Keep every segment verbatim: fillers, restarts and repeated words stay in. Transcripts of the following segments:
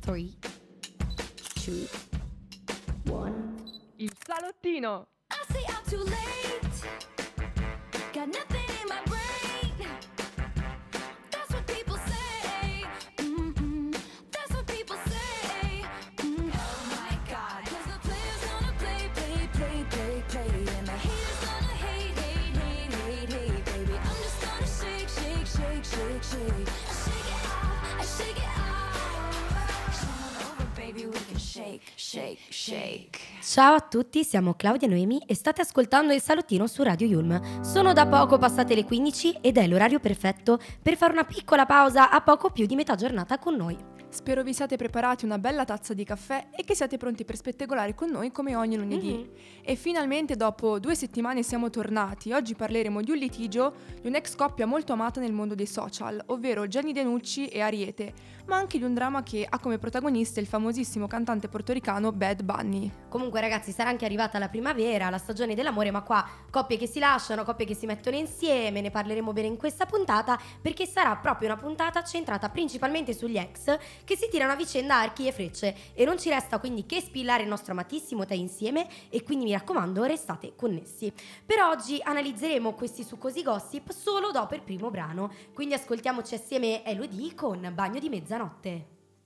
tre, due, uno. Il salottino. I say I'm too late. Got nothing in my brain. That's what people say. Mm-hmm. That's what people say. Mm. Oh my God. 'Cause the players gonna play, play, play, play, play. And the haters gonna hate, hate, hate, hate, hate. Baby, I'm just gonna shake, shake, shake, shake, shake. I shake it off, I shake it off. Come on over, baby, we can shake, shake, shake. Ciao a tutti, siamo Claudia e Noemi e state ascoltando il salottino su Radio Yulm. Sono da poco passate le quindici ed è l'orario perfetto per fare una piccola pausa a poco più di metà giornata con noi. Spero vi siate preparati una bella tazza di caffè e che siate pronti per spettegolare con noi come ogni lunedì. Mm-hmm. E finalmente dopo due settimane siamo tornati. Oggi parleremo di un litigio di un'ex coppia molto amata nel mondo dei social, ovvero Gianni Denucci e Ariete, ma anche di un dramma che ha come protagonista il famosissimo cantante portoricano Bad Bunny. Comunque ragazzi, sarà anche arrivata la primavera, la stagione dell'amore, ma qua coppie che si lasciano, coppie che si mettono insieme, ne parleremo bene in questa puntata perché sarà proprio una puntata centrata principalmente sugli ex che si tirano a vicenda archi e frecce e non ci resta quindi che spillare il nostro amatissimo tè insieme e quindi mi raccomando restate connessi. Per oggi analizzeremo questi succosi gossip solo dopo il primo brano, quindi ascoltiamoci assieme Elodie con Bagno di mezzanotte.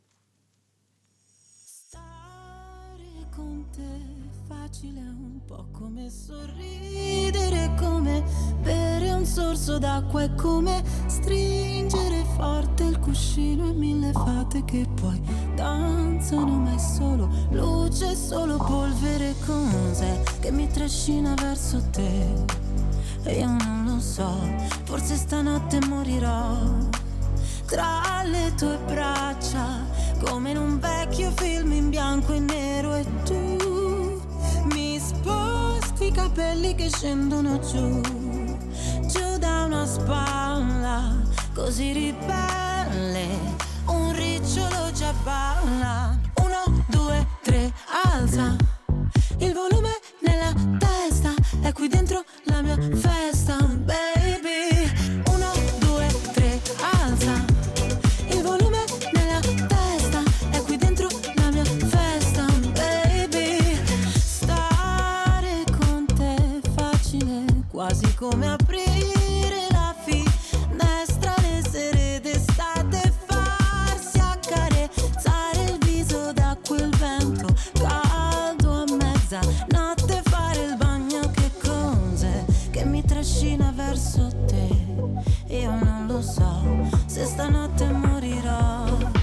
Stare con te facile è un po' come sorridere, come bere un sorso d'acqua, è come stringere forte il cuscino e mille fate che poi danzano, ma è solo luce, è solo polvere, cos'è che mi trascina verso te e io non lo so, forse stanotte morirò tra le tue braccia come in un vecchio film in bianco e nero e tu mi sposti i capelli che scendono giù, giù da una spalla così ribelle, un ricciolo già balla. Uno, due, tre, alza il volume nella testa, è qui dentro la mia festa, baby. Uno, due, tre, alza il volume nella testa, è qui dentro la mia festa, baby. Stare con te è facile, quasi come aprire la finestra le sere d'estate, farsi accarezzare il viso da quel vento caldo a mezzanotte, fare il bagno, che cos'è che mi trascina verso te, io non lo so se stanotte morirò.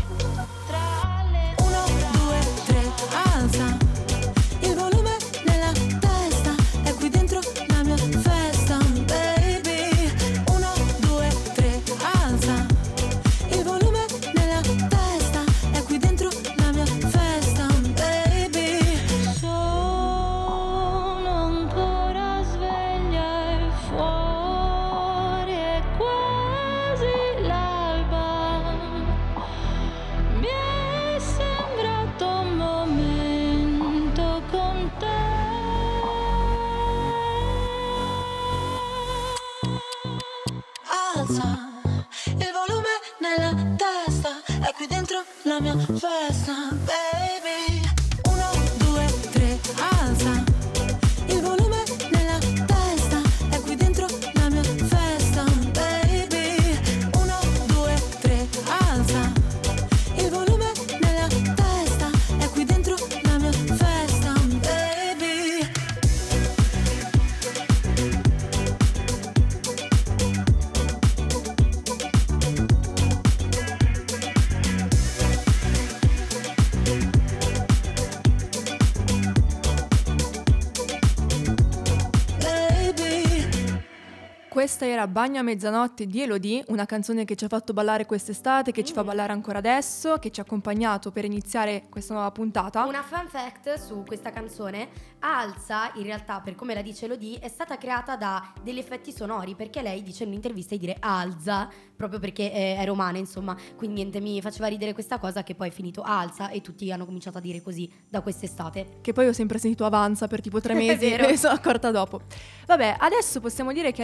Uno, due, tre, alza il volume nella testa, è qui dentro la mia festa, baby. Uno, due, tre, alza il volume nella testa, è qui dentro la mia festa, baby. Sono ancora sveglia e fuori è quasi l'alba, mi è sembrato un momento con te. Alza il volume nella testa, è qui dentro la mia festa, baby. Uno, due, tre, alza il volume nella testa, è qui dentro la mia festa, baby. Uno, due, tre, alza il volume nella testa, è qui dentro la mia festa, baby. Questa era Bagno a mezzanotte di Elodie, una canzone che ci ha fatto ballare quest'estate, che ci fa ballare ancora adesso, che ci ha accompagnato per iniziare questa nuova puntata. Una fun fact su questa canzone: Alza, in realtà, per come la dice Elodie, è stata creata da degli effetti sonori, perché lei dice in un'intervista di dire alza, proprio perché è, è romana, insomma. Quindi niente, mi faceva ridere questa cosa, che poi è finito alza e tutti hanno cominciato a dire così da quest'estate. Che poi ho sempre sentito avanza per tipo tre È mesi vero. e mi sono accorta dopo. Vabbè, adesso possiamo dire che è arrivato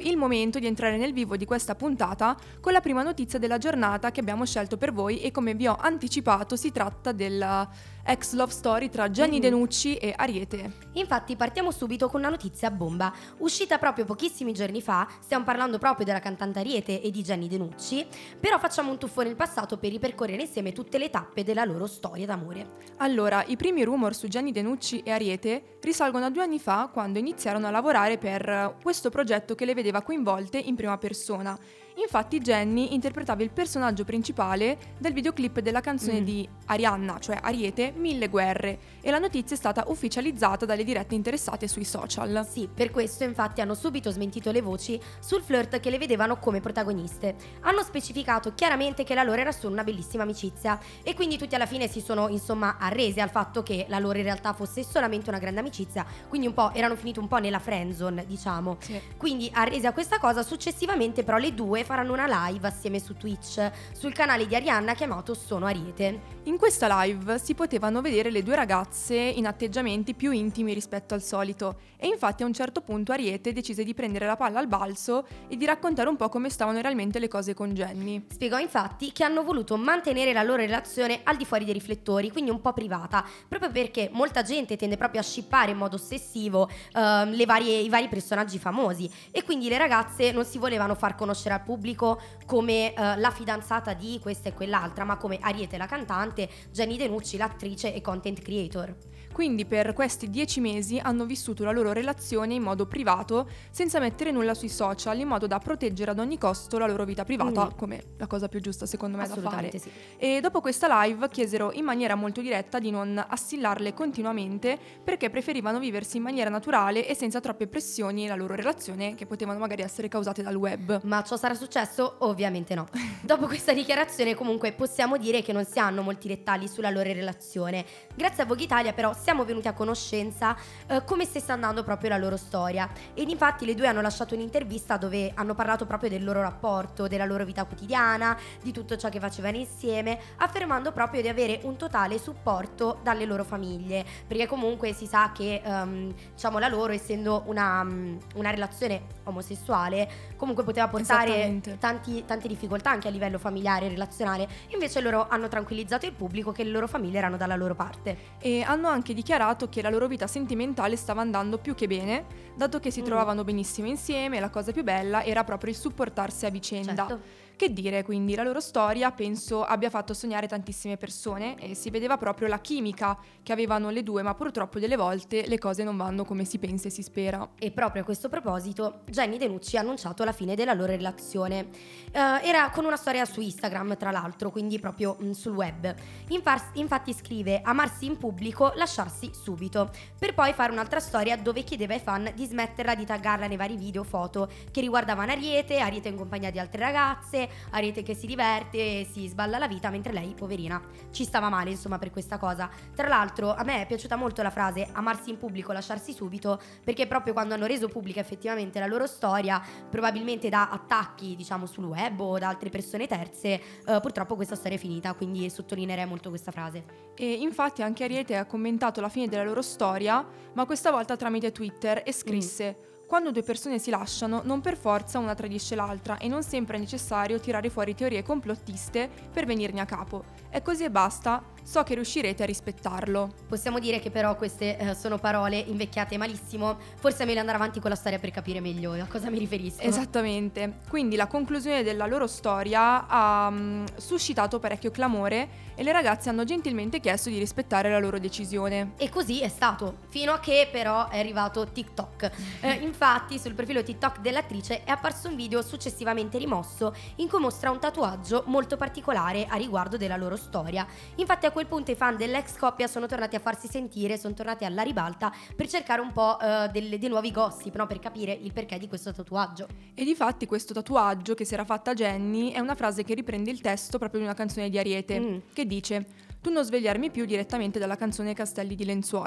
il momento di entrare nel vivo di questa puntata con la prima notizia della giornata che abbiamo scelto per voi e come vi ho anticipato si tratta della ex love story tra Gianni Mm. Denucci e Ariete. Infatti partiamo subito con una notizia bomba, uscita proprio pochissimi giorni fa, stiamo parlando proprio della cantante Ariete e di Gianni Denucci, però facciamo un tuffo nel passato per ripercorrere insieme tutte le tappe della loro storia d'amore. Allora, i primi rumor su Gianni Denucci e Ariete risalgono a due anni fa quando iniziarono a lavorare per eh, questo progetto che le vedeva coinvolte in prima persona. Infatti Jenny interpretava il personaggio principale del videoclip della canzone Mm. di Arianna, cioè Ariete, Mille Guerre, e la notizia è stata ufficializzata dalle dirette interessate sui social. Sì, per questo infatti hanno subito smentito le voci sul flirt che le vedevano come protagoniste. Hanno specificato chiaramente che la loro era solo una bellissima amicizia e quindi tutti alla fine si sono insomma arresi al fatto che la loro in realtà fosse solamente una grande amicizia, quindi un po' erano finiti un po' nella friendzone, diciamo. Sì. Quindi arresi a questa cosa, successivamente però le due faranno una live assieme su Twitch sul canale di Arianna chiamato Sono Ariete. In questa live si potevano vedere le due ragazze in atteggiamenti più intimi rispetto al solito e infatti a un certo punto Ariete decise di prendere la palla al balzo e di raccontare un po' come stavano realmente le cose con Jenny. Spiegò infatti che hanno voluto mantenere la loro relazione al di fuori dei riflettori, quindi un po' privata, proprio perché molta gente tende proprio a shippare in modo ossessivo ehm, le varie- i vari personaggi famosi e quindi le ragazze non si volevano far conoscere al pubblico come eh, la fidanzata di questa e quell'altra, ma come Ariete la cantante, Jenny Denucci l'attrice e content creator. Quindi per questi dieci mesi hanno vissuto la loro relazione in modo privato, senza mettere nulla sui social, in modo da proteggere ad ogni costo la loro vita privata, Mm. come la cosa più giusta secondo me da fare. Assolutamente sì. E dopo questa live chiesero in maniera molto diretta di non assillarle continuamente perché preferivano viversi in maniera naturale e senza troppe pressioni la loro relazione che potevano magari essere causate dal web. Ma ciò sarà successo? Ovviamente no. Dopo questa dichiarazione comunque possiamo dire che non si hanno molti dettagli sulla loro relazione. Grazie a Vogue Italia però siamo venuti a conoscenza eh, come stesse andando proprio la loro storia ed infatti le due hanno lasciato un'intervista dove hanno parlato proprio del loro rapporto, della loro vita quotidiana, di tutto ciò che facevano insieme, affermando proprio di avere un totale supporto dalle loro famiglie, perché comunque si sa che ehm, diciamo la loro essendo una, mm, una relazione omosessuale comunque poteva portare Esattamente. tanti, tante difficoltà anche a livello familiare e relazionale, invece loro hanno tranquillizzato il pubblico che le loro famiglie erano dalla loro parte. E hanno anche dichiarato che la loro vita sentimentale stava andando più che bene, dato che si Mm. trovavano benissimo insieme e la cosa più bella era proprio il supportarsi a vicenda. Certo. Che dire, quindi la loro storia penso abbia fatto sognare tantissime persone e si vedeva proprio la chimica che avevano le due, ma purtroppo delle volte le cose non vanno come si pensa e si spera. E proprio a questo proposito Jenny Denucci ha annunciato la fine della loro relazione. Eh, era con una storia su Instagram tra l'altro, quindi proprio mm, sul web. Infar- infatti scrive: amarsi in pubblico, lasciarsi subito, per poi fare un'altra storia dove chiedeva ai fan di smetterla di taggarla nei vari video foto che riguardavano Ariete, Ariete in compagnia di altre ragazze, Ariete che si diverte e si sballa la vita mentre lei, poverina, ci stava male insomma per questa cosa. Tra l'altro a me è piaciuta molto la frase amarsi in pubblico, lasciarsi subito, perché proprio quando hanno reso pubblica effettivamente la loro storia, probabilmente da attacchi diciamo sul web o da altre persone terze, eh, purtroppo questa storia è finita, quindi sottolineerei molto questa frase. E infatti anche Ariete ha commentato la fine della loro storia, ma questa volta tramite Twitter e scrisse: quando due persone si lasciano, non per forza una tradisce l'altra e non sempre è necessario tirare fuori teorie complottiste per venirne a capo. È così e basta, so che riuscirete a rispettarlo. Possiamo dire che però queste eh, sono parole invecchiate malissimo, forse è meglio andare avanti con la storia per capire meglio a cosa mi riferisco. Esattamente, quindi la conclusione della loro storia ha mm, suscitato parecchio clamore e le ragazze hanno gentilmente chiesto di rispettare la loro decisione. E così è stato, fino a che però è arrivato TikTok. Eh, infatti sul profilo TikTok dell'attrice è apparso un video successivamente rimosso in cui mostra un tatuaggio molto particolare a riguardo della loro storia. Infatti a quel punto i fan dell'ex coppia sono tornati a farsi sentire, sono tornati alla ribalta per cercare un po' eh, delle- dei nuovi gossip, no? Per capire il perché di questo tatuaggio. E difatti questo tatuaggio che si era fatta Jenny è una frase che riprende il testo proprio di una canzone di Ariete, Mm. che dice: tu non svegliarmi più direttamente dalla canzone Castelli di Lenzuola.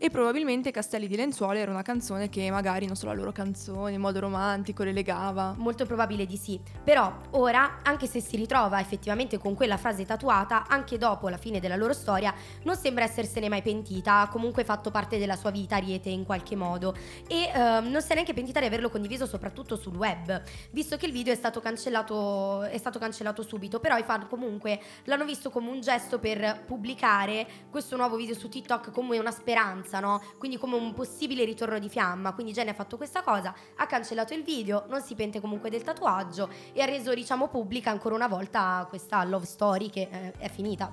e probabilmente Castelli di Lenzuola era una canzone che magari, non so, la loro canzone in modo romantico le legava. Molto probabile di sì. Però ora, anche se si ritrova effettivamente con quella frase tatuata, anche dopo la fine della loro storia, non sembra essersene mai pentita. Ha comunque fatto parte della sua vita, Ariete, in qualche modo. E ehm, non si è neanche pentita di averlo condiviso soprattutto sul web, visto che il video è stato cancellato, è stato cancellato subito. Però i fan comunque l'hanno visto come un gesto per pubblicare questo nuovo video su TikTok come una speranza, no? Quindi come un possibile ritorno di fiamma. Quindi Jenny ha fatto questa cosa, ha cancellato il video, non si pente comunque del tatuaggio e ha reso, diciamo, pubblica ancora una volta questa love story che eh, è finita.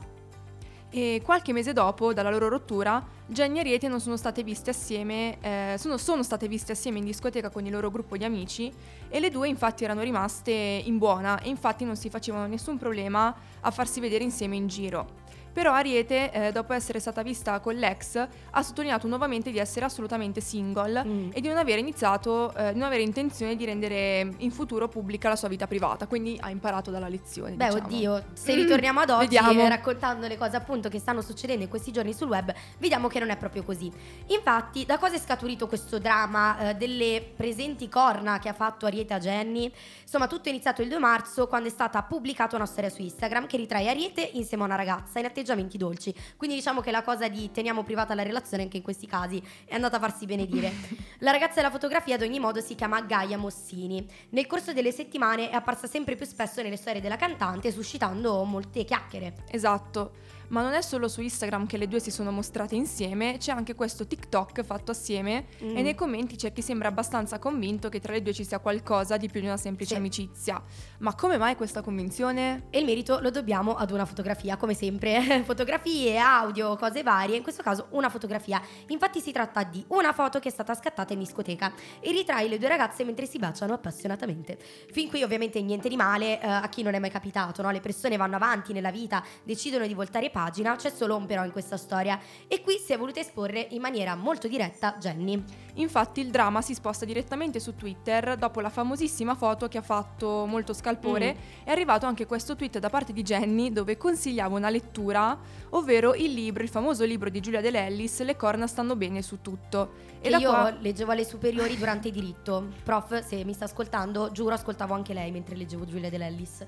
E qualche mese dopo, dalla loro rottura, Jenny e Ariete non sono state viste assieme, eh, sono, sono state viste assieme in discoteca con il loro gruppo di amici, e le due infatti erano rimaste in buona e infatti non si facevano nessun problema a farsi vedere insieme in giro. Però Ariete, eh, dopo essere stata vista con l'ex, ha sottolineato nuovamente di essere assolutamente single Mm. e di non avere iniziato, eh, di non avere intenzione di rendere in futuro pubblica la sua vita privata, quindi ha imparato dalla lezione. Beh, diciamo. oddio, se ritorniamo ad oggi, Vediamo. eh, raccontando le cose appunto che stanno succedendo in questi giorni sul web, vediamo che non è proprio così. Infatti, da cosa è scaturito questo dramma eh, delle presenti corna che ha fatto Ariete a Jenny? Insomma, tutto è iniziato il due marzo, quando è stata pubblicata una storia su Instagram che ritrae Ariete insieme a una ragazza in atteggiamenti dolci. Quindi diciamo che la cosa di teniamo privata la relazione anche in questi casi è andata a farsi benedire. La ragazza della fotografia ad ogni modo si chiama Gaia Mossini. Nel corso delle settimane è apparsa sempre più spesso nelle storie della cantante, suscitando molte chiacchiere. Esatto, ma non è solo su Instagram che le due si sono mostrate insieme, c'è anche questo TikTok fatto assieme Mm. e nei commenti c'è chi sembra abbastanza convinto che tra le due ci sia qualcosa di più di una semplice Sì. amicizia. Ma come mai questa convinzione? E il merito lo dobbiamo ad una fotografia, come sempre. Fotografie, audio, cose varie, in questo caso una fotografia. Infatti si tratta di una foto che è stata scattata in discoteca e ritrae le due ragazze mentre si baciano appassionatamente. Fin qui ovviamente niente di male, eh, a chi non è mai capitato, no? Le persone vanno avanti nella vita, decidono di voltare pagina, c'è solo un però in questa storia. E qui si è voluta esporre in maniera molto diretta Jenny. Infatti il dramma si sposta direttamente su Twitter dopo la famosissima foto che ha fatto molto scalpore. Mm. È arrivato anche questo tweet da parte di Jenny dove consigliava una lettura, ovvero il libro, il famoso libro di Giulia De Lellis, Le corna stanno bene su tutto. Che E da io qua- leggevo alle superiori durante diritto. Prof, se mi sta ascoltando, giuro ascoltavo anche lei mentre leggevo Giulia De Lellis.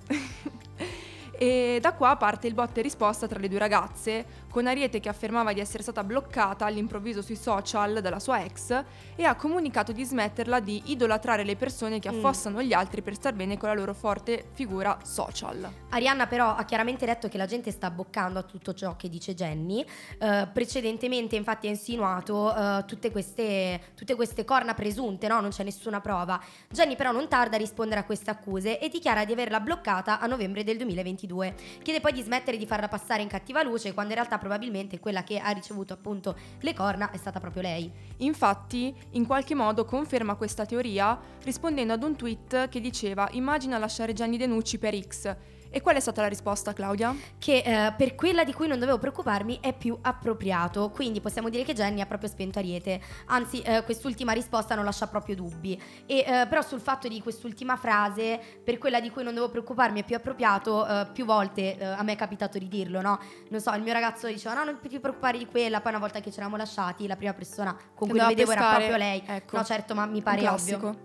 E da qua parte il botta e risposta tra le due ragazze, con Ariete che affermava di essere stata bloccata all'improvviso sui social dalla sua ex e ha comunicato di smetterla di idolatrare le persone che Mm. affossano gli altri per star bene con la loro forte figura social. Arianna però ha chiaramente detto che la gente sta boccando a tutto ciò che dice Jenny. Eh, precedentemente infatti ha insinuato eh, tutte, queste, tutte queste corna presunte, no? Non c'è nessuna prova. Jenny però non tarda a rispondere a queste accuse e dichiara di averla bloccata a novembre del duemilaventidue. Chiede poi di smettere di farla passare in cattiva luce, quando in realtà probabilmente quella che ha ricevuto appunto le corna è stata proprio lei. Infatti, in qualche modo conferma questa teoria rispondendo ad un tweet che diceva "Immagina lasciare Gianni Denucci per X". E qual è stata la risposta, Claudia? Che eh, per quella di cui non dovevo preoccuparmi è più appropriato. Quindi possiamo dire che Jenny ha proprio spento Ariete. Anzi, eh, quest'ultima risposta non lascia proprio dubbi. E eh, però sul fatto di quest'ultima frase, per quella di cui non dovevo preoccuparmi è più appropriato, eh, più volte eh, a me è capitato di dirlo, no? Non so, il mio ragazzo diceva no, non ti preoccupare di quella. Poi una volta che ci eravamo lasciati, la prima persona con cui lo Andava a vedevo era pescare. proprio lei. Ecco. No, certo, ma mi Un pare ovvio. classico.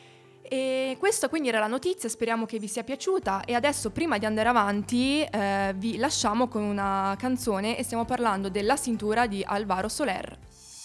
E questa quindi era la notizia, speriamo che vi sia piaciuta e adesso prima di andare avanti eh, vi lasciamo con una canzone e stiamo parlando della cintura di Alvaro Soler.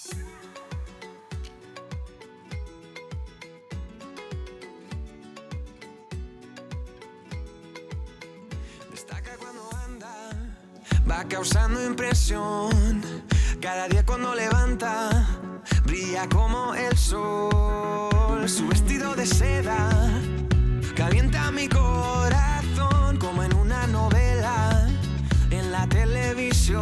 Destaca cuando anda, va causando impresión. Cada día cuando levanta, brilla como el sol. Su vestido de seda calienta mi corazón como en una novela en la televisión.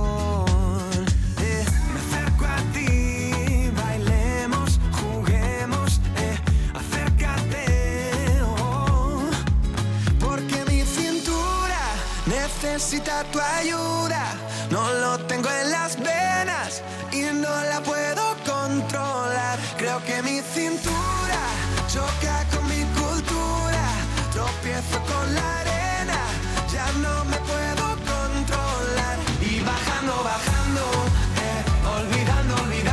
Eh, me acerco a ti, bailemos, juguemos, eh, acércate, oh, porque mi cintura necesita tu ayuda. No lo tengo en las venas y no la puedo controlar. Creo que mi cintura choca con mi cultura. Tropiezo con la arena, ya no me puedo controlar. Y bajando, bajando, eh, olvidando, olvidando.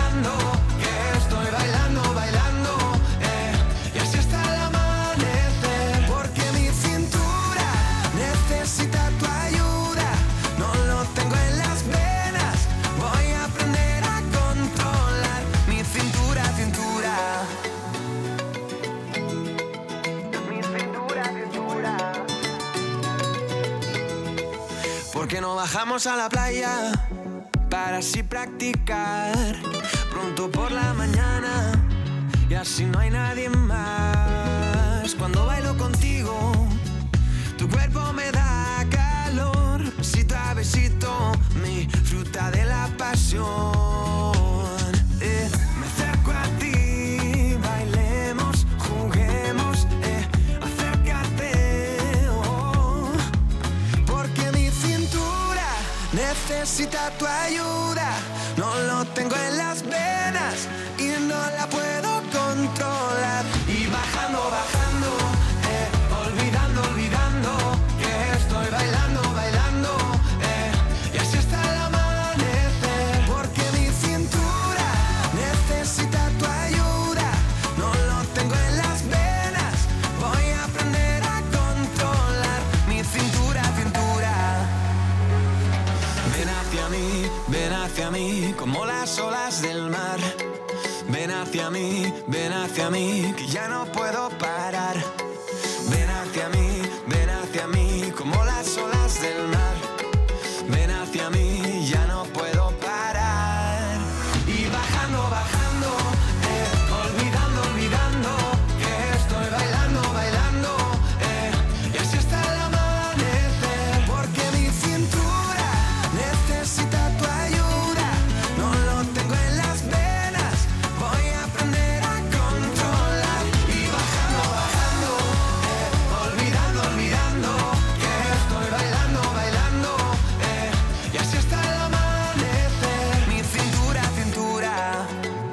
Bajamos a la playa para así practicar. Pronto por la mañana y así no hay nadie más. Cuando bailo contigo, tu cuerpo me da calor. Besito a besito, mi fruta de la pasión. Eh, me acerco a ti, bailemos, juguemos. Eh, acércate, oh, porque mi cintura necesita tu ayuda. No lo tengo en las venas y no la puedo controlar. Y bajando, bajando, eh, olvidando, olvidando que estoy bailando, bailando, eh, y así hasta el amanecer. Porque mi cintura necesita tu ayuda. No lo tengo en las venas, voy a aprender a controlar mi cintura, cintura. Ven hacia mí, ven hacia mí, como las olas del mar. Ven hacia mí, ven hacia mí, que ya no puedo parar. Ven hacia mí, ven hacia mí, como las olas del mar. Ven hacia mí, ya no puedo parar. Y bajando, bajando, eh, olvidando, olvidando que estoy bailando, bailando, eh, y así hasta el amanecer. Porque mi cintura necesita tu ayuda. No lo tengo en las venas, voy a aprender a controlar. Y bajando, bajando, eh, olvidando, olvidando que estoy bailando, bailando, eh, y así hasta el amanecer. Mi cintura, cintura.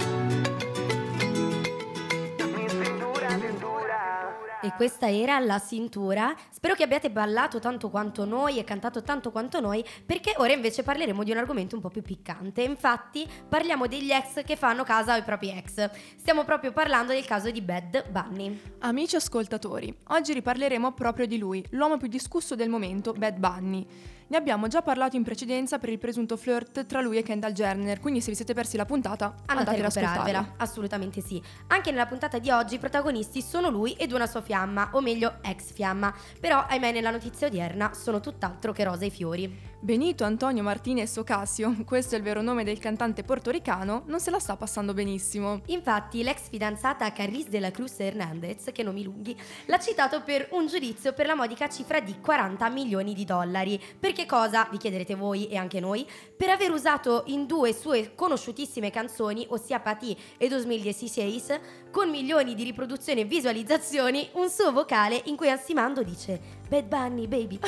Mi cintura, cintura. E questa era La Cintura. Spero che abbiate ballato tanto quanto noi e cantato tanto quanto noi, perché ora invece parleremo di un argomento un po' più piccante. Infatti parliamo degli ex che fanno casa ai propri ex. Stiamo proprio parlando del caso di Bad Bunny. Amici ascoltatori, oggi riparleremo proprio di lui, l'uomo più discusso del momento, Bad Bunny. Ne abbiamo già parlato in precedenza per il presunto flirt tra lui e Kendall Jenner, quindi se vi siete persi la puntata, Andate a andate ad recuperarvela, ascoltarla. assolutamente sì. Anche nella puntata di oggi i protagonisti sono lui ed una sua fiamma, o meglio ex fiamma. Però ahimè nella notizia odierna sono tutt'altro che rose e fiori. Benito Antonio Martinez Ocasio, questo è il vero nome del cantante portoricano, non se la sta passando benissimo. Infatti l'ex fidanzata Carlis de la Cruz Hernandez, che nomi lunghi, l'ha citato per un giudizio per la modica cifra di quaranta milioni di dollari. Per che cosa? Vi chiederete voi e anche noi. Per aver usato in due sue conosciutissime canzoni, ossia Pati e duemiladiciassei, con milioni di riproduzioni e visualizzazioni, un suo vocale in cui ansimando dice Bad Bunny baby.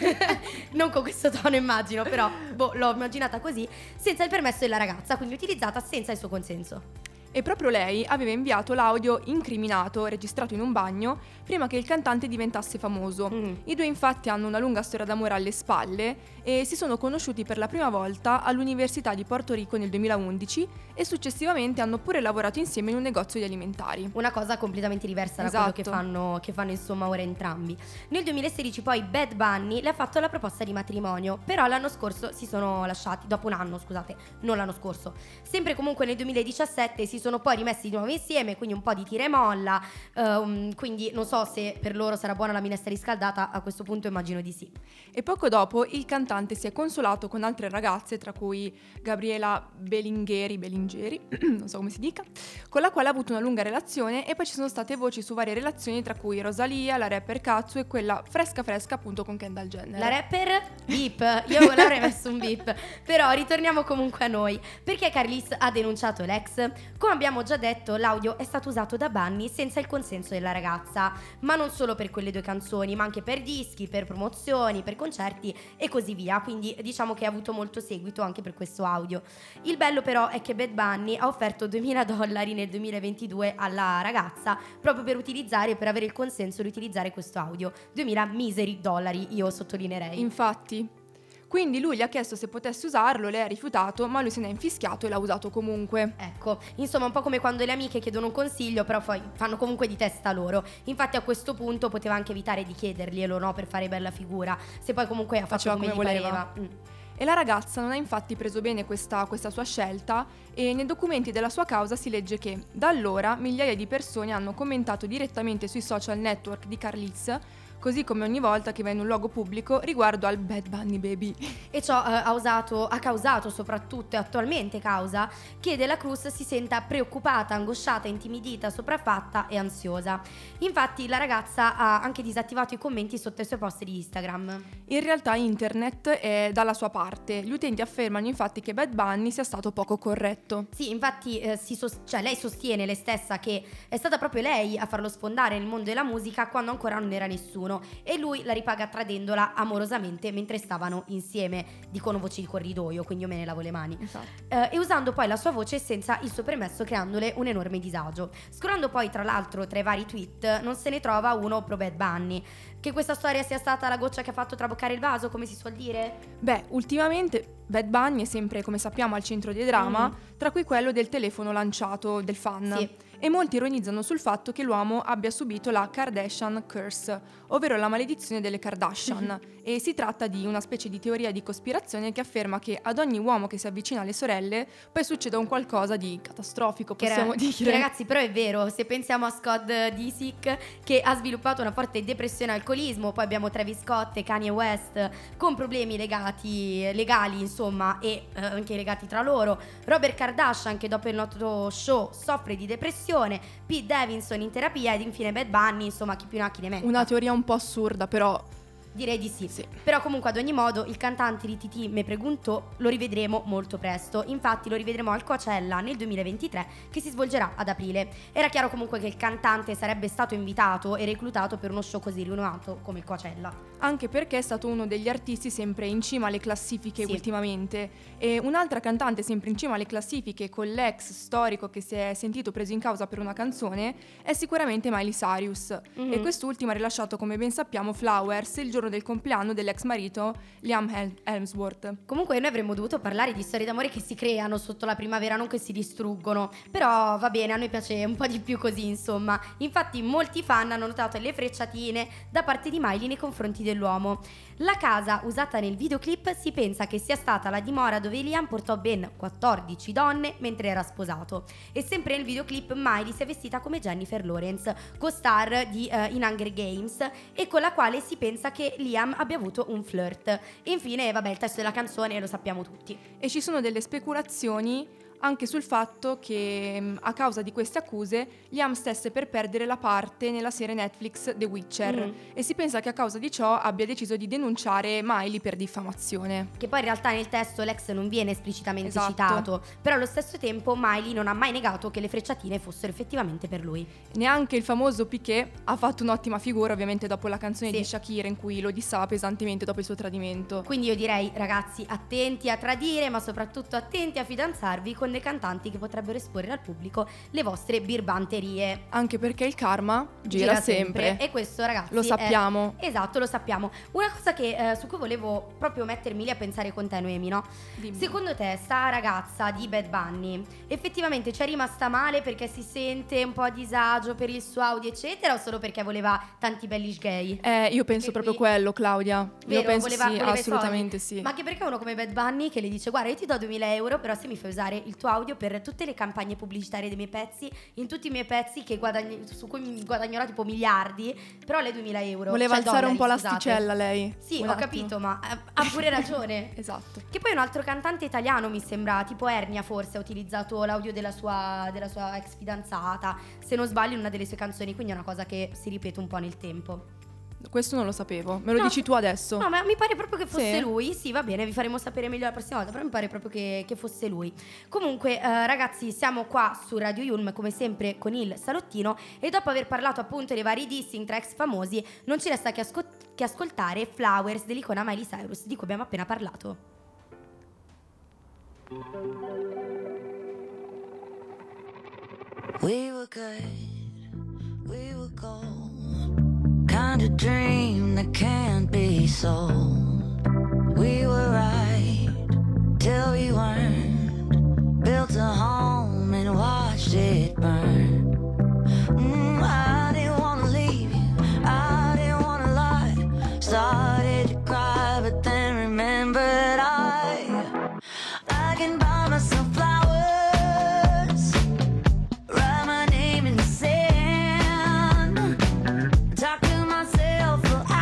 Non con questo tono immagino, però boh, l'ho immaginata così, senza il permesso della ragazza, quindi utilizzata senza il suo consenso. E proprio lei aveva inviato l'audio incriminato, registrato in un bagno, prima che il cantante diventasse famoso. Mm. I due infatti hanno una lunga storia d'amore alle spalle e si sono conosciuti per la prima volta all'Università di Porto Rico nel duemilaundici e successivamente hanno pure lavorato insieme in un negozio di alimentari. Una cosa completamente diversa da Esatto. quello che fanno, che fanno insomma ora entrambi. Nel duemilasedici poi Bad Bunny le ha fatto la proposta di matrimonio, però l'anno scorso si sono lasciati, dopo un anno scusate, non l'anno scorso. Sempre comunque nel duemiladiciassette si sono poi rimessi di nuovo insieme, quindi un po' di tira e molla, ehm, quindi non so se per loro sarà buona la minestra riscaldata, a questo punto immagino di sì. E poco dopo il cantante si è consolato con altre ragazze, tra cui Gabriela Belingeri, Belingeri, non so come si dica, con la quale ha avuto una lunga relazione, e poi ci sono state voci su varie relazioni, tra cui Rosalia, la rapper Katsu e quella fresca fresca appunto con Kendall Jenner. La rapper beep, io l'avrei messo un beep. Però ritorniamo comunque a noi. Perché Carlis ha denunciato l'ex? Come abbiamo già detto, l'audio è stato usato da Bunny senza il consenso della ragazza, ma non solo per quelle due canzoni, ma anche per dischi, per promozioni, per concerti e così via. Quindi diciamo che ha avuto molto seguito anche per questo audio. Il bello però è che Bad Bunny ha offerto duemila dollari nel duemilaventidue alla ragazza proprio per utilizzare, per avere il consenso di utilizzare questo audio. duemila miseri dollari, io sottolineerei. Infatti. Quindi lui gli ha chiesto se potesse usarlo, lei ha rifiutato, ma lui se ne è infischiato e l'ha usato comunque. Ecco, insomma un po' come quando le amiche chiedono un consiglio, però poi fanno comunque di testa loro. Infatti a questo punto poteva anche evitare di chiederglielo, no? Per fare bella figura, se poi comunque ha fatto Faceva come, come gli voleva. pareva. Mm. E la ragazza non ha infatti preso bene questa, questa sua scelta, e nei documenti della sua causa si legge che da allora migliaia di persone hanno commentato direttamente sui social network di Carlis così come ogni volta che va in un luogo pubblico riguardo al Bad Bunny Baby. E ciò eh, ha, usato, ha causato soprattutto e attualmente causa che Dela Cruz si senta preoccupata, angosciata, intimidita, sopraffatta e ansiosa. Infatti la ragazza ha anche disattivato i commenti sotto i suoi post di Instagram. In realtà internet è dalla sua parte, gli utenti affermano infatti che Bad Bunny sia stato poco corretto. Sì, infatti eh, si sos- cioè, lei sostiene lei stessa che è stata proprio lei a farlo sfondare nel mondo della musica quando ancora non era nessuno, e lui la ripaga tradendola amorosamente mentre stavano insieme, dicono voci di corridoio, quindi io me ne lavo le mani. Esatto. Eh, e usando poi la sua voce senza il suo permesso, creandole un enorme disagio. Scrollando poi tra l'altro tra i vari tweet non se ne trova uno pro Bad Bunny. Che questa storia sia stata la goccia che ha fatto traboccare il vaso, come si suol dire? Beh, ultimamente Bad Bunny è sempre, come sappiamo, al centro dei drama, Mm. tra cui quello del telefono lanciato del fan. Sì. E molti ironizzano sul fatto che l'uomo abbia subito la Kardashian Curse, ovvero la maledizione delle Kardashian. E si tratta di una specie di teoria di cospirazione che afferma che ad ogni uomo che si avvicina alle sorelle poi succeda un qualcosa di catastrofico, Che possiamo ra- dire. che ragazzi, però è vero, se pensiamo a Scott Disick che ha sviluppato una forte depressione e alcolismo, poi abbiamo Travis Scott e Kanye West con problemi legati legali, insomma, e eh, anche legati tra loro, Robert Kardashian che dopo il noto show soffre di depressione, Pete Davidson in terapia ed infine Bad Bunny, insomma, chi più ne ha chi ne metta. Una teoria un po' assurda, però Direi di sì. Sì. Però comunque ad ogni modo il cantante di Titi Me Preguntò lo rivedremo molto presto. Infatti lo rivedremo al Coachella nel duemilaventitré, che si svolgerà ad aprile. Era chiaro comunque che il cantante sarebbe stato invitato e reclutato per uno show così rinomato come il Coachella. anche perché è stato uno degli artisti sempre in cima alle classifiche Sì. ultimamente. E un'altra cantante sempre in cima alle classifiche con l'ex storico che si è sentito preso in causa per una canzone è sicuramente Miley Cyrus. Mhm. E quest'ultima ha rilasciato, come ben sappiamo, Flowers il giorno del compleanno dell'ex marito Liam Hel- Hemsworth. Comunque noi avremmo dovuto parlare di storie d'amore che si creano sotto la primavera, non che si distruggono. Però va bene, a noi piace un po' di più così, insomma. Infatti molti fan hanno notato le frecciatine da parte di Miley nei confronti dell'uomo. La casa usata nel videoclip si pensa che sia stata la dimora dove Liam portò ben quattordici donne mentre era sposato. E sempre nel videoclip Miley si è vestita come Jennifer Lawrence, co-star di eh, In Hunger Games, e con la quale si pensa che Liam abbia avuto un flirt. E infine, vabbè, il testo della canzone lo sappiamo tutti. E ci sono delle speculazioni anche sul fatto che mh, a causa di queste accuse Liam stesse per perdere la parte nella serie Netflix The Witcher Mm. e si pensa che a causa di ciò abbia deciso di denunciare Miley per diffamazione. Che poi in realtà nel testo l'ex non viene esplicitamente Esatto. citato, però allo stesso tempo Miley non ha mai negato che le frecciatine fossero effettivamente per lui. Neanche il famoso Piqué ha fatto un'ottima figura, ovviamente dopo la canzone Sì. di Shakira in cui lo dissava pesantemente dopo il suo tradimento. Quindi io direi, ragazzi, attenti a tradire, ma soprattutto attenti a fidanzarvi con dei cantanti che potrebbero esporre al pubblico le vostre birbanterie. Anche perché il karma gira, sempre. E questo, ragazzi, Lo è- sappiamo. Esatto, lo sappiamo. Una cosa che, eh, su cui volevo proprio mettermi lì a pensare con te, Noemi, no? Dimmi. Secondo te, sta ragazza di Bad Bunny effettivamente ci è rimasta male perché si sente un po' a disagio per il suo audio, eccetera, o solo perché voleva tanti bellish gay? Eh, io penso Perché proprio qui- quello, Claudia. Vero, io penso voleva- sì, voleva i assolutamente soldi. sì. Ma anche perché uno come Bad Bunny che le dice: guarda, io ti do duemila euro, però se mi fai usare il tuo audio per tutte le campagne pubblicitarie dei miei pezzi, in tutti i miei pezzi che guadagni- su cui mi guadagnerò tipo miliardi, però le duemila euro. Voleva cioè alzare un po' dollari, l'asticella scusate. lei. Sì, Un ho attimo. capito, ma eh, ha pure ragione. Esatto. Che poi un altro cantante italiano, mi sembra, tipo Ernia forse, ha utilizzato l'audio della sua, della sua ex fidanzata, se non sbaglio, in una delle sue canzoni, quindi è una cosa che si ripete un po' nel tempo. Questo non lo sapevo. Me lo No, dici tu adesso? No, ma mi pare proprio che fosse Sì? lui. Sì, va bene, vi faremo sapere meglio la prossima volta, però mi pare proprio che, che fosse lui. Comunque, eh, ragazzi, siamo qua su Radio Yulm, come sempre, con il salottino, e dopo aver parlato appunto dei vari dissing tra ex famosi, non ci resta che, asco- che ascoltare Flowers dell'icona Miley Cyrus, di cui abbiamo appena parlato. We were good, we were gold. Kind of dream that can't be sold. We were right till we weren't. Built a home and watched it burn. Mm, I didn't wanna leave you, I didn't wanna lie. Started to cry, but then remembered I I can buy myself flowers, write my name in the sand, talk to myself for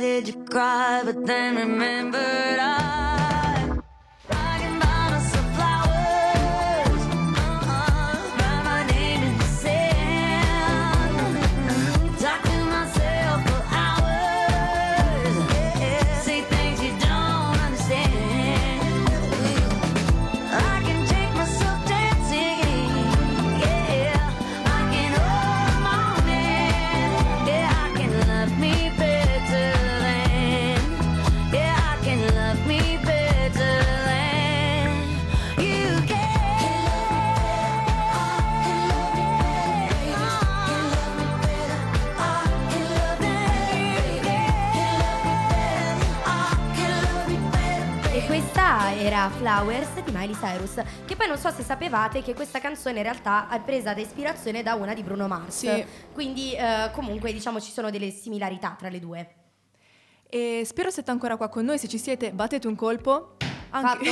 did you cry? But then remembered I, I can buy myself flowers, uh-uh, write my name in the sand, talk to myself for hours, yeah, say things you don't understand. I can take myself dancing, yeah, I can hold my own hand, yeah, I can love me better than, yeah, I can love me better than you can. E questa era Flowers di Miley Cyrus, che poi non so se sapevate che questa canzone in realtà è presa da ispirazione da una di Bruno Mars. Sì. Quindi eh, comunque diciamo ci sono delle similarità tra le due. E spero siete ancora qua con noi. Se ci siete, battete un colpo. Anche,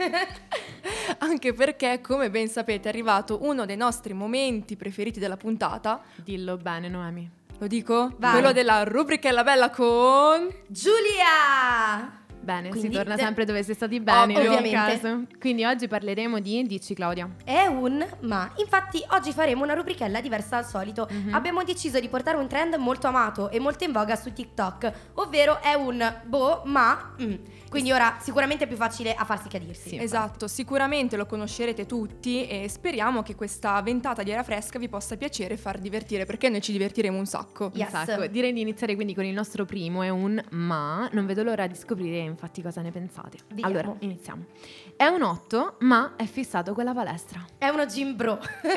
anche perché, come ben sapete, è arrivato uno dei nostri momenti preferiti della puntata. Dillo bene, Noemi. Lo dico? Vai. Quello della rubrica Bella con... Giulia! Bene, Quindi si torna de- sempre dove si è stati bene, Ovvio. in ogni Ovviamente. caso. Quindi oggi parleremo di... Dici, Claudia. È un ma. Infatti oggi faremo una rubrichella diversa dal solito. Mhm. Abbiamo deciso di portare un trend molto amato e molto in voga su TikTok, ovvero è un boh ma mm. Quindi ora sicuramente è più facile a farsi cadirsi. Sì. Esatto, sicuramente lo conoscerete tutti e speriamo che questa ventata di aria fresca vi possa piacere e far divertire, perché noi ci divertiremo un sacco. Yes. Un sacco. Direi di iniziare quindi con il nostro primo, è un ma. Non vedo l'ora di scoprire infatti cosa ne pensate. Vediamo. Allora, iniziamo. È un otto, ma è fissato con la palestra. È uno gym bro.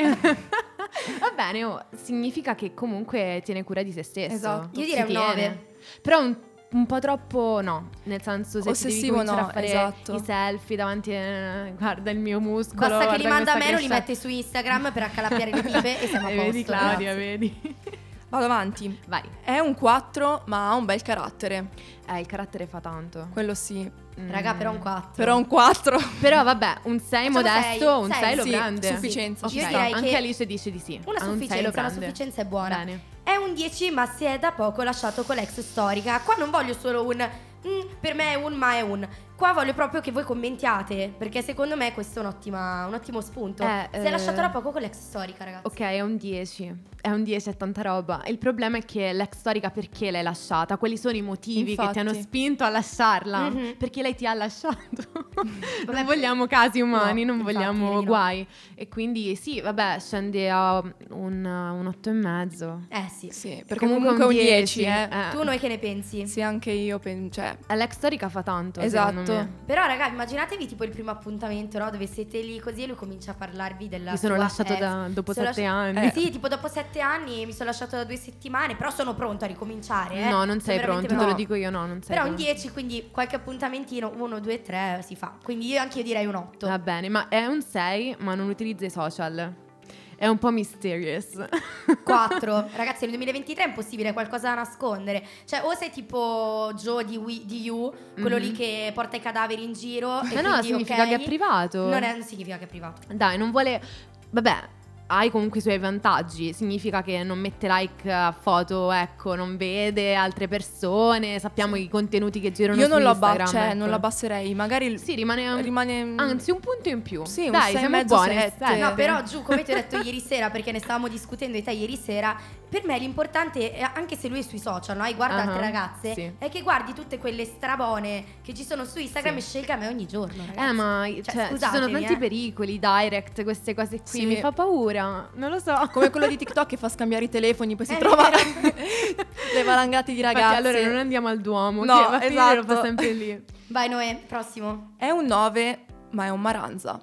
Va bene, oh, significa che comunque tiene cura di se stesso. Esatto. Io Ci direi un tiene. nove. Però un, un po' troppo no, nel senso se Ossessivo ti devi cominciare no, a fare esatto. i selfie davanti a, guarda il mio muscolo. Basta che guarda li manda a questa me, lo li crescetta. mette su Instagram per accalappiare le tipe e siamo a Eh, posto. vedi Claudia, ragazzi. vedi. Vado avanti. Vai. È un quattro, ma ha un bel carattere. Eh, il carattere fa tanto. Quello sì. Mm. Raga, però un quattro. Però un quattro. Però vabbè, un sei Facciamo sei modesto, un sei, sei lo sì, prende. sufficienza, Ok, ci sta. Io direi anche che Alice dice di sì. Una a un sei lo sufficienza, una prende. sufficienza è buona. Bene. È un dieci, ma si è da poco lasciato con l'ex storica. Qua non voglio solo un mm, per me è un ma è un. Qua voglio proprio che voi commentiate, perché secondo me questo è un'ottima, un ottimo spunto. Eh, si è eh. lasciato da poco con l'ex storica, ragazzi. Ok, è un dieci. È un dieci, è tanta roba. Il problema è che l'ex storica perché l'hai lasciata? Quali sono i motivi Infatti. che ti hanno spinto a lasciarla? Mhm. Perché lei ti ha lasciato. Non vogliamo casi umani, No, non infatti, vogliamo direi di no. guai. E quindi sì, vabbè, scende a un, un otto e mezzo. Eh sì. Sì, perché Comunque comunque, un dieci, eh. eh. Tu noi che ne pensi? Sì, anche io penso, cioè, Eh, L'ex storica fa tanto, esatto. secondo me. Però raga, immaginatevi tipo il primo appuntamento, no? Dove siete lì così e lui comincia a parlarvi della Mi sono sua lasciato ex. da- dopo Sono sette lasci- anni. Eh, Sì, tipo dopo sette anni mi sono lasciato da due settimane, però sono pronto a ricominciare, eh. No, non Sono sei veramente pronto, te lo pronto. dico io, no, non sei Però un pronto. dieci, quindi qualche appuntamentino, uno, due, tre si fa. Quindi io anche io direi un otto. Va bene, ma è un sei, ma non utilizza i social. È un po' mysterious. quattro. Ragazzi, nel duemilaventitré è impossibile, qualcosa da nascondere. Cioè, o sei tipo Joe di, We, di You, quello Mhm. lì che porta i cadaveri in giro. e Ma no, quindi, significa ok, che è privato. Non, è, non significa che è privato. Dai, non vuole... Vabbè, hai comunque i suoi vantaggi. Significa che non mette like a foto, ecco, non vede altre persone. Sappiamo i contenuti che girano io su non lo Instagram. abba- cioè, ecco. non lo abbasserei. Magari il- Sì, rimane... un- rimane Anzi, un punto in più. Sì, un Dai, sei e siamo mezzo, buoni. sette. sette. No, però giù, come ti ho detto ieri sera, perché ne stavamo discutendo di te ieri sera, per me l'importante, è, anche se lui è sui social, no? E guarda Ah, altre ragazze, sì. è che guardi tutte quelle strabone che ci sono su Instagram Sì. e scelga me ogni giorno, ragazzi. Eh, ma Cioè, cioè, ci sono scusatemi, tanti eh. pericoli, direct, queste cose qui. Sì. Mi fa paura. Non lo so. come quello di TikTok che fa scambiare i telefoni, poi si È trova vero. le valangate di Infatti, ragazze. allora non andiamo al Duomo. No, che va a finire, lo esatto. fa sempre lì. Vai Noè, prossimo. È un nove, ma è un maranza.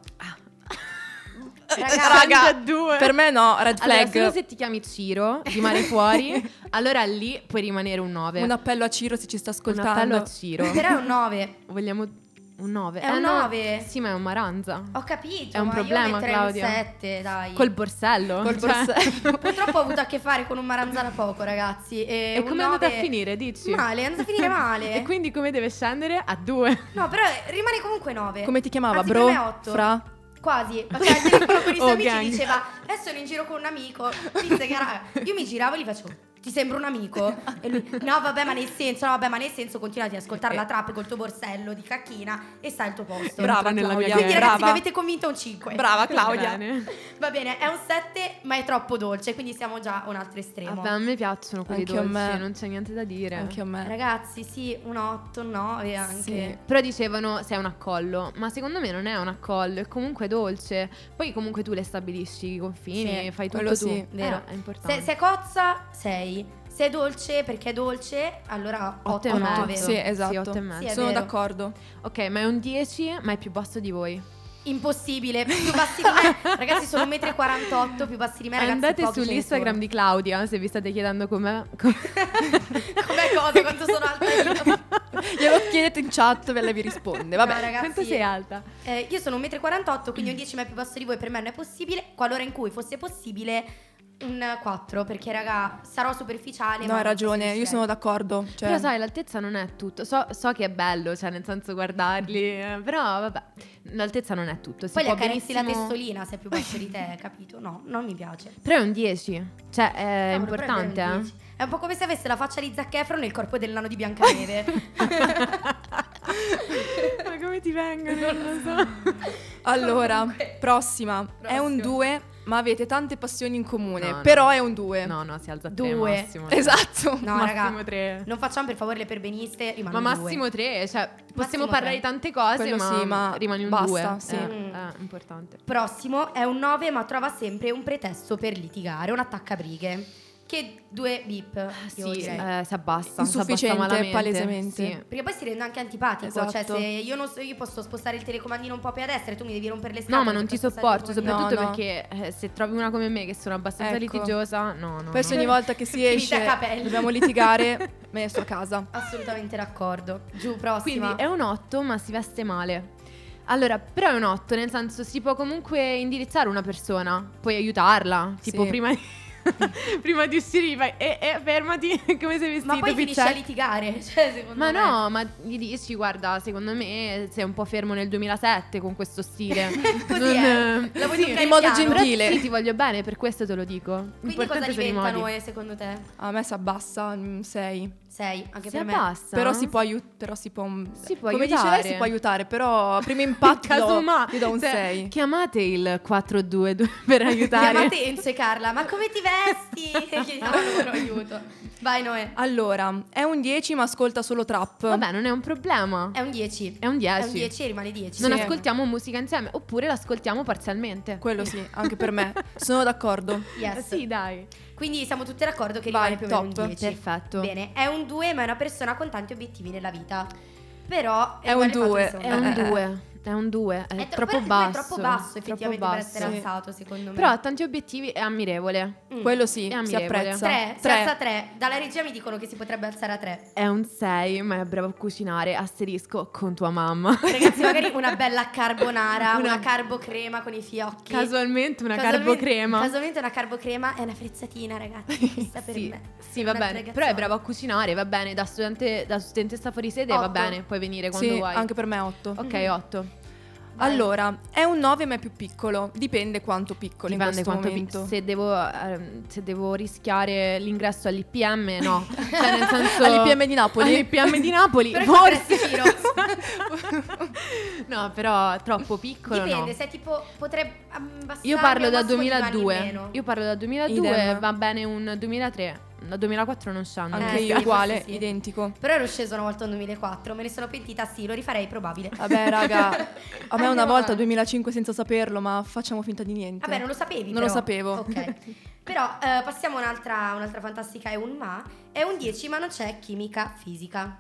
Raga, Raga, due. Per me no, red Allora, flag. solo se ti chiami Ciro di Mare Fuori, allora lì puoi rimanere un nove. Un appello a Ciro se ci sta Un ascoltando. appello a Ciro. però è un nove. Vogliamo un nove. È un no. nove. Sì, ma è un maranza. Ho capito, È un ma problema, io metterei Claudia. un sette, dai. Col borsello. Col Cioè- borsello. Purtroppo ho avuto a che fare con un maranza da poco, ragazzi. E, E un come è andata a nove- finire, dici? Male, è andata a finire male. E quindi come deve scendere? A due. No, però rimane comunque nove. Come ti chiamava, Anzi, bro? per me otto. Fra? Quasi. Ma cioè, il telefono con i suoi Oh, amici gang. diceva: adesso sono in giro con un amico. Disse che era- Io mi giravo e gli facevo: ti sembra un amico? E lui, no vabbè ma nel senso, no vabbè ma nel senso continuati ad ascoltare la trap col tuo borsello di cacchina e sta al tuo posto. Brava nella mia Claudia, Quindi ragazzi brava. mi avete convinto un cinque. Brava Claudia. Bene. Va bene, è un sette ma è troppo dolce, quindi siamo già a un altro estremo. Vabbè, a me piacciono quelli Anche a dolci, me. non c'è niente da dire. Anche a me. Ragazzi sì, un otto, un nove anche. Sì. Però dicevano sei un accollo, ma secondo me non è un accollo, è comunque dolce. Poi comunque tu le stabilisci i confini, Sì, fai tutto quello tu. sì. Vero. Eh, è importante. Se, se cozza, sei. Se è dolce perché è dolce, allora Otto otto e o mezzo. nove. Sì, esatto. Sì, otto e mezzo. Sì, è Sono vero. d'accordo. Ok, ma è un dieci, ma è più basso di voi. Impossibile, più bassi di me. Ragazzi sono un e quarantotto m, più bassi di me, ragazzi. Andate pochi ce ne sull'Instagram sono. di Claudia se vi state chiedendo com'è. com- Com'è cosa, quanto sono alta io. Glielo chiedete in chat e lei vi risponde. Vabbè. No, ragazzi, Quanto sei alta? eh, io sono un e quarantotto m, quindi un dieci m più basso di voi per me non è possibile. Qualora in cui fosse possibile un quattro, perché raga sarò superficiale. No, ma hai ragione, io riuscirei. sono d'accordo. Cioè, Però sai, l'altezza non è tutto. So, so che è bello, cioè nel senso guardarli, eh, però vabbè, l'altezza non è tutto. Si Poi le può accarezzi la benissimo- testolina se è più basso di te, capito? No, non mi piace. Però è un dieci. Cioè è Cavolo, però importante, è vero, eh. dieci. È un po' come se avesse la faccia di Zac Efron nel corpo del nano di Biancaneve. Ma come ti vengono? Non lo so. allora, Comunque. prossima. È un Prossimo. due, ma avete tante passioni in comune. No, no. Però è un due. No, no, si alza a tre Due. massimo. Esatto. No, Massimo raga, tre. non facciamo per favore le perbeniste, Ma rimangono massimo tre, cioè possiamo Massimo parlare tre. di tante cose, Quello ma, sì, ma rimani un basta, due. sì. Eh, Mm. eh, importante. Prossimo è un nove, ma trova sempre un pretesto per litigare, un attaccabrighe. Che due bip, io Sì, direi. eh, si abbassa, Insufficiente, si abbassa malamente. palesemente. Sì. Perché poi si rende anche antipatico. Esatto. Cioè, se io non so, io posso spostare il telecomandino un po' più a destra e tu mi devi rompere le scatole. No, ma non ti per spostare il sopporto, telecomandino. soprattutto No, no. perché eh, se trovi una come me che sono abbastanza Ecco. litigiosa, no, no. Poi no. se ogni volta che si Finita esce a capelli. dobbiamo litigare, me ne sto a casa. Assolutamente d'accordo. Giù, prossima. Quindi è un otto, ma si veste male. Allora, però è un otto, nel senso si può comunque indirizzare una persona, puoi aiutarla, tipo Sì. prima di, prima di uscire gli fai e eh, fermati, come sei vestito, Ma poi finisce a picciola?" litigare. Cioè, secondo Ma me. no, ma gli dici, guarda, secondo me sei un po' fermo nel duemilasette con questo stile. Così Non- è. La vuoi sì, toccare in modo piano? però gentile. sì, ti voglio bene, per questo te lo dico. Quindi L'importante cosa sono i diventano modi. eh, secondo te? A me si abbassa sei. sei, anche Si per me. abbassa? Però si può aiutare. Però si può. Si può come aiutare. dice lei, si può aiutare. Però a primo impatto Casomai, io do un cioè, sei. Chiamate il quattro due due per aiutare. Chiamate Enzo e Carla, ma come ti vesti? Chiediamo loro aiuto. Vai Noè. Allora, è un dieci ma ascolta solo trap. Vabbè, non è un problema. È un dieci. È un dieci. È un dieci e rimane dieci. Non Sì. ascoltiamo musica insieme, oppure l'ascoltiamo parzialmente. Quello sì, anche per me. Sono d'accordo. Yes. Sì, dai. Quindi siamo tutti d'accordo che Vai, rimane più o meno top. un dieci. Perfetto. Bene, è un due, ma è una persona con tanti obiettivi nella vita. Però È un uguale fatto due. di secondo È un me. due. È un due. È, È tro- troppo però è basso. troppo basso Troppo effettivamente basso. per essere Sì. alzato, secondo me. Però ha tanti obiettivi, è ammirevole. Mm. Quello sì, È si ammirevole. apprezza. tre, si alza a tre. Dalla regia mi dicono che si potrebbe alzare a tre. È un sei, ma è bravo a cucinare. Asterisco con tua mamma. Ragazzi, magari una bella carbonara, Una- una, carbo crema con i fiocchi. Casualmente una Casualmente- carbocrema. Casualmente una carbocrema è una frizzatina, ragazzi. Questa per sì, me. sì, va Un'altra bene. Però è ragazzona. bravo a cucinare, va bene. Da studente, da studentessa fuori sede va Otto. bene, puoi venire quando Sì, vuoi. anche per me otto. Ok, Mhm. otto. Vai. Allora, è un nove ma è più piccolo. Dipende quanto piccolo Dipende in questo quanto pi- momento. se devo ehm, se devo rischiare l'ingresso all'I P M, no. Cioè nel senso All'I P M di Napoli? All'I P M di Napoli, Per forse. il giro. No, però troppo piccolo Dipende, no. se tipo potrebbe abbassare Io parlo al da massimo di due anni in duemiladue. meno. Io parlo da duemiladue, Idem. va bene un duemilatré. Da duemilaquattro non scende. Anche Eh, io sì, uguale, forse sì. identico. Però ero sceso una volta nel duemilaquattro, me ne sono pentita, sì, lo rifarei, probabile. Vabbè, raga, a me una Andiamo volta avanti. duemilacinque senza saperlo, ma facciamo finta di niente. Vabbè, non lo sapevi. Non però. lo sapevo. Ok. Però eh, passiamo a un'altra, un'altra fantastica, è un ma. È un dieci, ma non c'è chimica fisica.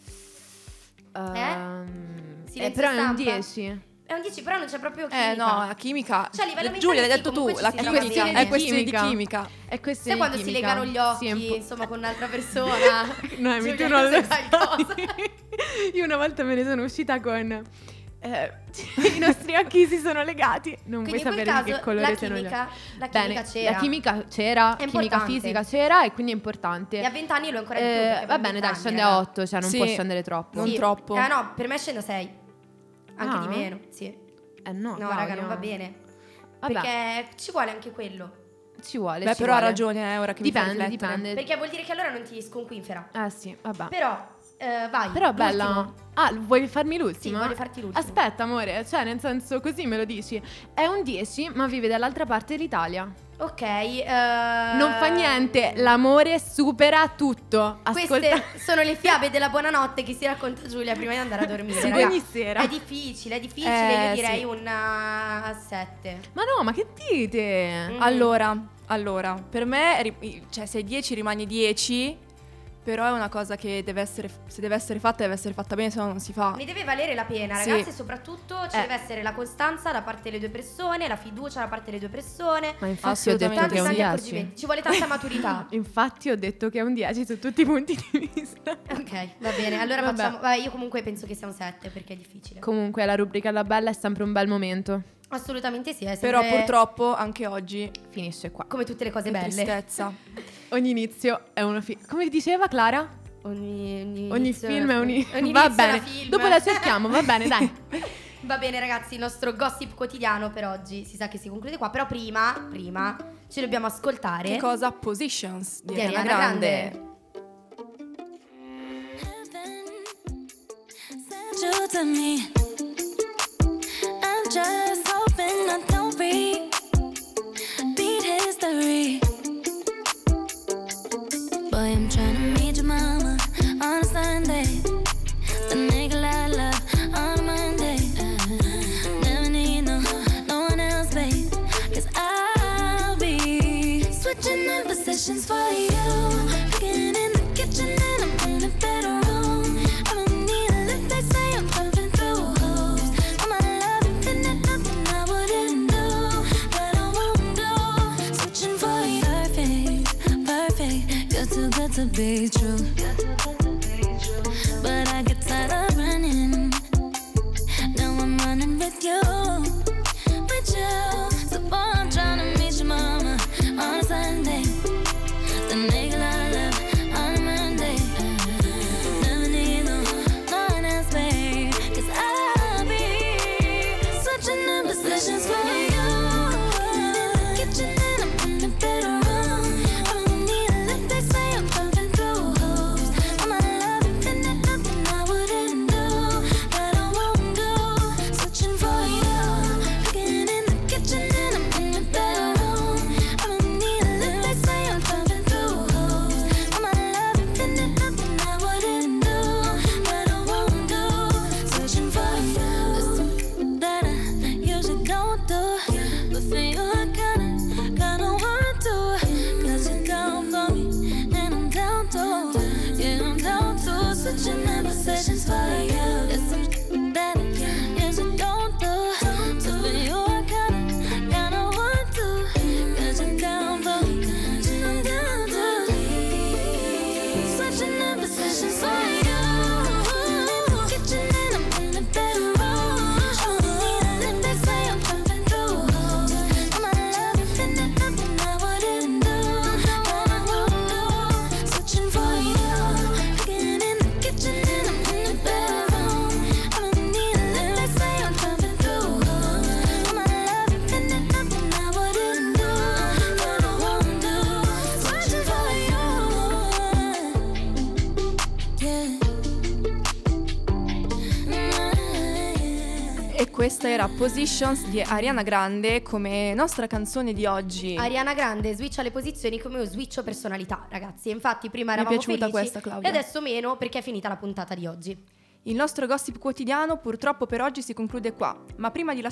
Ehm, Silenzio eh, però è un stampa. dieci. È un dieci, però non c'è proprio chimica. Eh no, la chimica. Cioè, a livello Giulia, l'hai mentale detto sì, tu, comunque la ci si chimica trova bene. è questione di Chimica. chimica. È questione Sai quando di si chimica. legano gli occhi, Sì, un po'. insomma, con un'altra persona? Noemi, Giulia, tu non lo sai qualcosa. sai. Io una volta me ne sono uscita con eh, i nostri occhi si sono legati. Non Quindi vuoi in quel sapere di caso che colore la siano gli chimica, occhi. la chimica Bene, c'era. la chimica c'era, È chimica importante. fisica c'era e quindi è importante. E a venti anni lo è ancora di più. Eh, perché va per bene, dai, venti scende anni, a raga. otto, cioè non Sì. può scendere troppo. Non Sì. troppo. Eh no, per me scende a sei. Anche Ah? di meno, sì. Eh no, No, Claudia. raga, non va bene. Vabbè. Perché ci vuole anche quello. ci vuole. Beh, ci però ha vuole. ragione, eh, ora che mi fa Dipende, riflettere. dipende. Perché vuol dire che allora non ti sconquinfera. Eh sì, vabbè. Però, eh, vai. Però bella. l'ultimo. Ah, vuoi farmi l'ultimo? Sì, voglio farti l'ultimo. Aspetta, amore, cioè nel senso così me lo dici. È un dieci, ma vive dall'altra parte d'Italia. Ok, eh, Non fa niente, l'amore supera tutto. Ascolta. Queste sono le fiabe della buonanotte che si racconta Giulia prima di andare a dormire. Sì, raga. ogni sera. È difficile, è difficile, Eh, io direi sì. un sette. Ma no, ma che dite? Mm. Allora, allora, per me, ri- cioè se è dieci rimane dieci, però è una cosa che deve essere, se deve essere fatta deve essere fatta bene, se no non si fa. Ne deve valere la pena, Sì. ragazzi, e soprattutto ci Eh. deve essere la costanza da parte delle due persone, la fiducia da parte delle due persone, Ma infatti ho detto Assolutamente che è un tanti tanti dieci. accorgimenti. Ci vuole tanta maturità. Infatti ho detto che è un dieci su tutti i punti di vista. Ok, va bene. Allora Vabbè. facciamo. Vabbè, io comunque penso che sia un sette perché è difficile. Comunque la rubrica La Bella è sempre un bel momento. Assolutamente sì, è Però sempre purtroppo anche oggi Finisce qua. come tutte le cose che belle. tristezza. Ogni inizio è uno fi- Come diceva Clara? Ogni, ogni, Ogni inizio film è un ogni Va inizio bene. da film. Dopo la cerchiamo, va bene, dai. Va bene ragazzi, il nostro gossip quotidiano per oggi si sa che si conclude qua, però prima, prima ci dobbiamo ascoltare Che cosa? Positions di di Ariana Ariana Grande. Grande. Send you to me. I'm just hoping I don't repeat history. Boy, I'm trying to meet your mama on a Sunday. The nigga I love on a Monday. Never need no, no one else, babe. Cause I'll be switching in positions for you. Cooking in the kitchen and I'm in the bedroom. I don't need a lift, they say I'm pumping through holes. All my love infinite, nothing I wouldn't do, that I won't do. Switching for you, perfect, perfect. You're too good to be true. But I get tired of running. Now I'm running with you, with you. So boy, I'm trying to meet your mama on a Sunday. The nigga I love on a Monday. Never need no, no one else, babe. Cause I'll be switching in positions for you. In the kitchen and I'm in the bedroom. I don't need a lift, they say I'm pumping through holes. All my love infinite, nothing I wouldn't do, that I won't do. Switching for you. Cooking in the kitchen and I'm in the bedroom. I don't need a lift, they say I'm pumping through holes. All my love infinite, nothing I wouldn't do, that I won't do. Switching for you. That I usually don't do. But for you I kinda, kinda want to. Cause you're down for me and I'm down to. Yeah, I'm down to. Switching in positions for you. It's some that I usually don't do. So for you I kinda, kinda want to. Cause you're down for me and I'm down to. Switching in positions for you. In the kitchen and I'm in the bedroom. I don't need a lift, they say I'm pumping through holes. All my love infinite, nothing I wouldn't do, that I won't do. Switching for you. Cooking in the kitchen and I'm in the bedroom. I don't need a lift, they say I'm pumping through holes. All my love infinite, nothing I wouldn't do, that I won't do. Switching for you. Yeah. E questa era Positions di Ariana Grande come nostra canzone di oggi. Ariana Grande switcha le posizioni come io switcho personalità, ragazzi. E infatti prima eravamo piaciuta felici questa, Claudia. e adesso meno perché è finita la puntata di oggi. Il nostro gossip quotidiano purtroppo per oggi si conclude qua, ma prima di lasciare